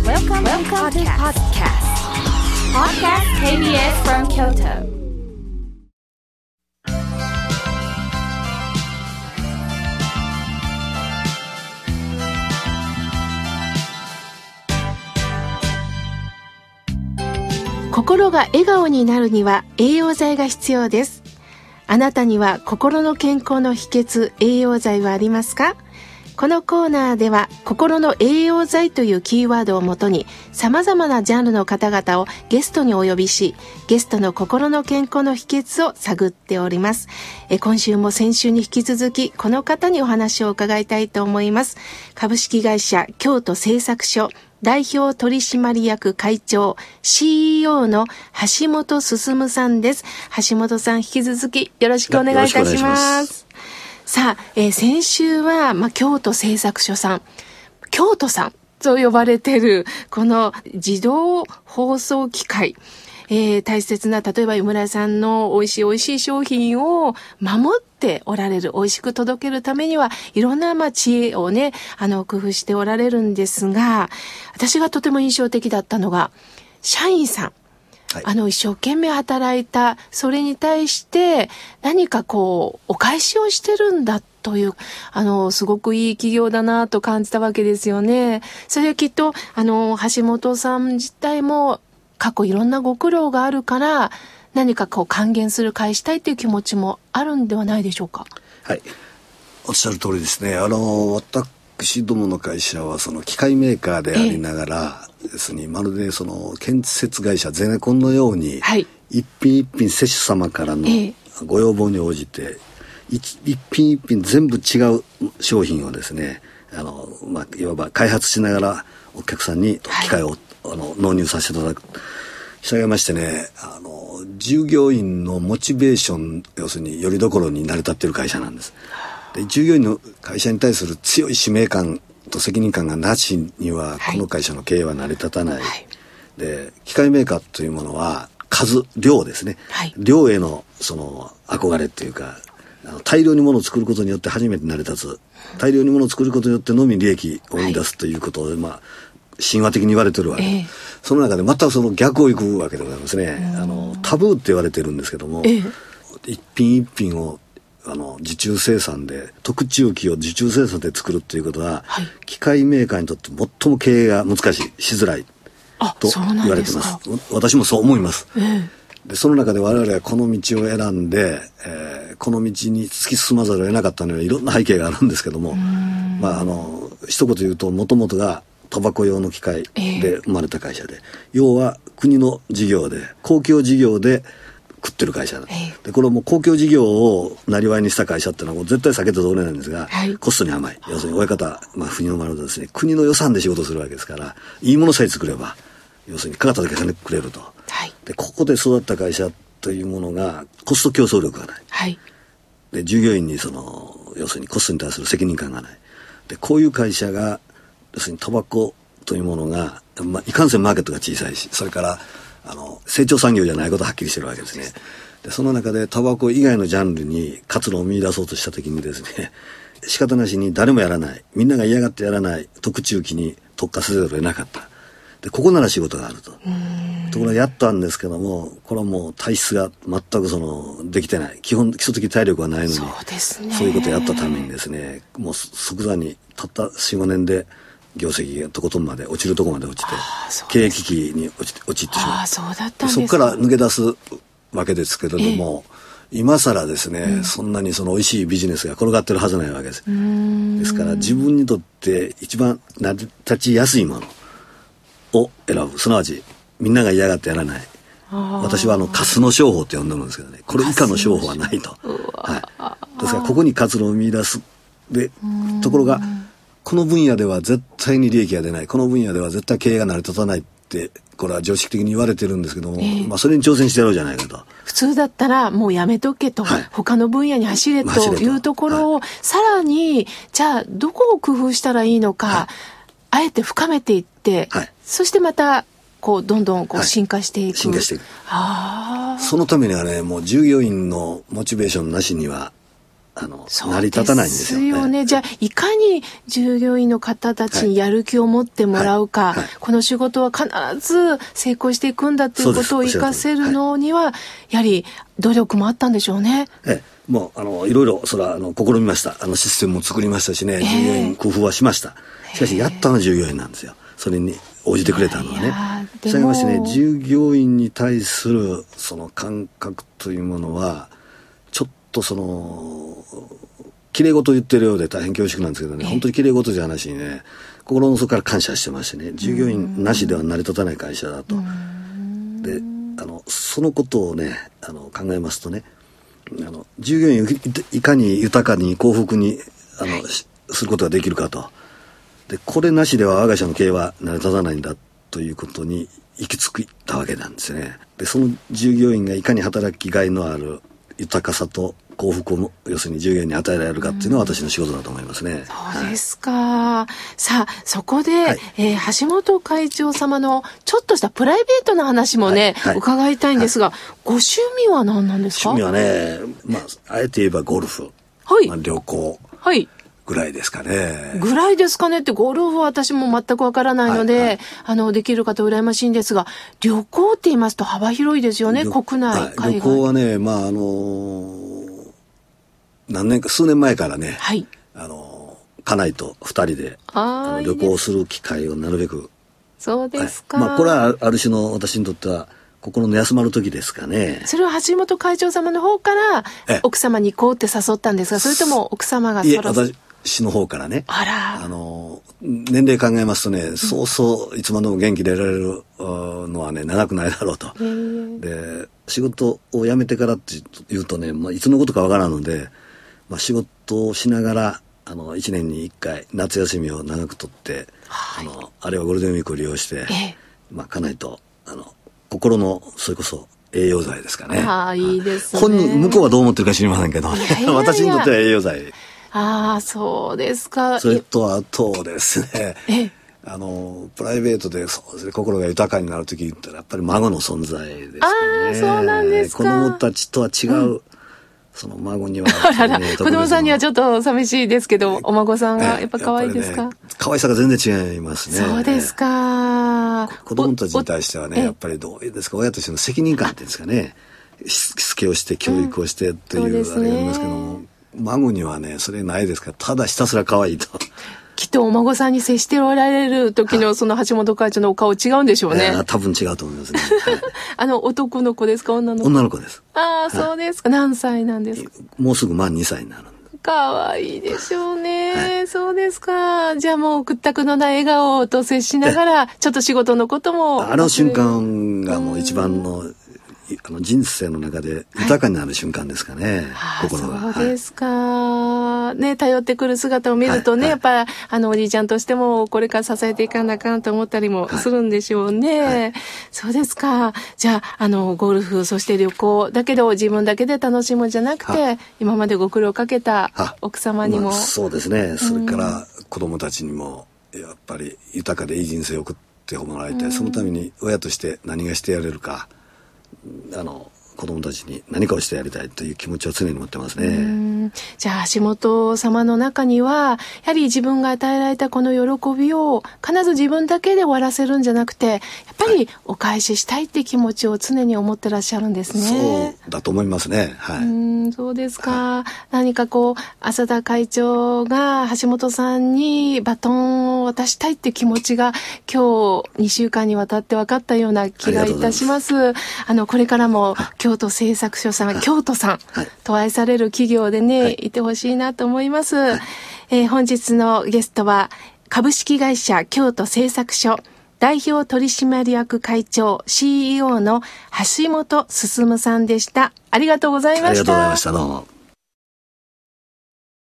Welcome to podcast. Podcast KBS from Kyoto. 心が笑顔になるには栄養剤が必要です。あなたには心の健康の秘訣、栄養剤はありますか？このコーナーでは心の栄養剤というキーワードをもとに様々なジャンルの方々をゲストにお呼びし、ゲストの心の健康の秘訣を探っております。今週も先週に引き続きこの方にお話を伺いたいと思います。株式会社京都製作所代表取締役会長 CEO の橋本進さんです。橋本さん、引き続きよろしくお願いいたします。さあ、先週は、京都製作所さん、京都さんと呼ばれているこの自動包装機械、大切な、例えば井村さんの美味しい商品を守っておられる、美味しく届けるためにはいろんな知恵をね、工夫しておられるんですが、私がとても印象的だったのが、社員さん。はい、一生懸命働いた、それに対して何かお返しをしてるんだという、すごくいい企業だなと感じたわけですよね。それはきっと、橋本さん自体も過去いろんなご苦労があるから、何か還元する、返したいという気持ちもあるんではないでしょうか。 はい。おっしゃる通りですね。私どもの会社はその機械メーカーでありながらですね、まるでその建設会社ゼネコンのように、一品一品施主様からのご要望に応じて、一品一品全部違う商品をですね、いわば開発しながらお客さんに機械を、納入させていただく。したがいましてね、従業員のモチベーション、要するによりどころに成り立っている会社なんです。で、従業員の会社に対する強い使命感と責任感がなしには、この会社の経営は成り立たない。で、機械メーカーというものは量ですね。量へのその憧れというか、大量に物を作ることによって初めて成り立つ。大量に物を作ることによってのみ利益を生み出すということを、神話的に言われてるわけ。その中でまたその逆をいくわけでございますね。タブーって言われてるんですけども、一品一品を受注生産で、特注機を受注生産で作るということは、機械メーカーにとって最も経営が難しい、しづらいと言われています。私もそう思います。で、その中で我々はこの道を選んで、この道に突き進まざるを得なかったのにはいろんな背景があるんですけども、一言言うと、もともとがタバコ用の機械で生まれた会社で、要は国の事業で、公共事業で食ってる会社で、これはもう公共事業をなりわいにした会社っていうのはもう絶対避けて通れないんですが、コストに甘い。要するに親方、国の丸とですね、国の予算で仕事するわけですから、いいものさえ作れば、要するにかかっただけ金くれると。で、ここで育った会社というものがコスト競争力がない。で、従業員に要するにコストに対する責任感がない。で、こういう会社が、要するにタバコというものが、いかんせんマーケットが小さいし、それから成長産業じゃないことははっきりしてるわけですね。で、その中でタバコ以外のジャンルに活路を見出そうとしたときにですね、仕方なしに誰もやらない、みんなが嫌がってやらない特注機に特化せざるを得なかった。で、ここなら仕事があると。ところがやったんですけども、これはもう体質が全くできてない。基礎的体力がないのに、そういうことをやったためにですね、もう即座にたった4、5年で業績がとことんまで落ちるとこまで落ちて、経営危機に陥ってしまう。そこから抜け出すわけですけれども、今更ですね、そんなに美味しいビジネスが転がってるはずないわけです。ですから自分にとって一番成り立ちやすいものを選ぶ。すなわちみんなが嫌がってやらない。私はカスの商法って呼んでるんですけどね、これ以下の商法はないと。ですからここに活路を見出す。で、ところがこの分野では絶対に利益が出ない、この分野では絶対経営が成り立たないって、これは常識的に言われてるんですけども、それに挑戦してやろうじゃないかと。 普通だったらもうやめとけと、他の分野に走れというところを、さらにじゃあどこを工夫したらいいのか、あえて深めていって、そしてまたどんどん進化していく。 進化していく。そのためにはね、もう従業員のモチベーションなしには成り立たないんですよね。 そうですよね。じゃあいかに従業員の方たちにやる気を持ってもらうか、この仕事は必ず成功していくんだということを活かせるのには、やはり努力もあったんでしょうね。 もういろいろそれは試みました。システムも作りましたしね、従業員工夫はしました。しかしやったのは従業員なんですよ。それに応じてくれたのはね。したがいましてね、従業員に対するその感覚というものはちょっと綺麗事を言ってるようで大変恐縮なんですけどね、本当に綺麗事じゃなしにね、心の底から感謝してましてね、従業員なしでは成り立たない会社だと。で、そのことをね、考えますとね、従業員をいかに豊かに幸福にすることができるかと。で、これなしでは我が社の経営は成り立たないんだということに行き着いたわけなんですね。で、その従業員がいかに働きがいのある豊かさと幸福を要するに従業員に与えられるかっていうのは私の仕事だと思いますね。 そうですか。さあ、そこで、橋本会長様のちょっとしたプライベートな話もね、伺いたいんですが、ご趣味は何なんですか？ 趣味はね、あえて言えばゴルフ、旅行、ぐらいですかね。 ぐらいですかねって、ゴルフは私も全くわからないので、できる方羨ましいんですが、旅行って言いますと幅広いですよね、国内、海外。 旅行はね、数年前からね、家内と2人で旅行する機会をなるべく。 そうですか。 これはある種の私にとっては心の休まる時ですかね。 それは橋本会長様の方から奥様に行こうって誘ったんですが、それとも奥様が私の方からね。年齢考えますとね、そうそういつまでも元気でいられるのはね、長くないだろうと。で、仕事を辞めてからっていうとね、いつのことかわからんので、仕事をしながら1年に1回夏休みを長く取って、あるいはゴールデンウィークを利用して、家内と心のそれこそ栄養剤ですかね。 いいですね。 向こうはどう思ってるか知りませんけど、私にとっては栄養剤。 そうですか。 それとあとですね、プライベートでそうですね、心が豊かになるとき言ったらやっぱり孫の存在ですよね。 そうなんですか。 子供たちとは違う、その孫には、 子供さんにはちょっと寂しいですけど、お孫さんがやっぱ可愛いですか？ 可愛さが全然違いますね。 そうですか。 子供たちに対してはね、やっぱりどういうですか、親としての責任感っていうんですかね、しつけをして教育をしてというあれがありますけども、孫にはねそれないですから、ただひたすら可愛いと。 きっとお孫さんに接しておられる時のその橋本会長のお顔違うんでしょうね。 多分違うと思いますね。 男の子ですか、女の子？ 女の子です。 そうですか。何歳なんですか？ もうすぐ2歳になる。 可愛いでしょうね。そうですか。じゃあもう屈託のない笑顔と接しながら、ちょっと仕事のことも。 瞬間がもう一番の人生の中で豊かになる瞬間ですかね、心が。 そうですか。頼ってくる姿を見るとね、やっぱおじいちゃんとしてもこれから支えていかなあかんと思ったりもするんでしょうね。そうですか。じゃあゴルフ、そして旅行だけど自分だけで楽しむんじゃなくて、今までご苦労かけた奥様にも、 そうですね。それから子供たちにもやっぱり豊かでいい人生を送ってもらいたい。そのために親として何がしてやれるか、子供たちに何かをしてやりたいという気持ちを常に持ってますね。 じゃあ橋本様の中にはやはり自分が与えられたこの喜びを必ず自分だけで終わらせるんじゃなくて、やっぱりお返ししたいって気持ちを常に思ってらっしゃるんですね。 そうだと思いますね。 そうですか。何か浅田会長が橋本さんにバトンを渡したいって気持ちが今日2週間にわたって分かったような気がいたします。これからも京都製作所さん、京都さんと愛される企業でね、いてほしいなと思います。本日のゲストは株式会社京都製作所代表取締役会長 CEO の橋本進さんでした。ありがとうございました。 ありがとうございました。どうも。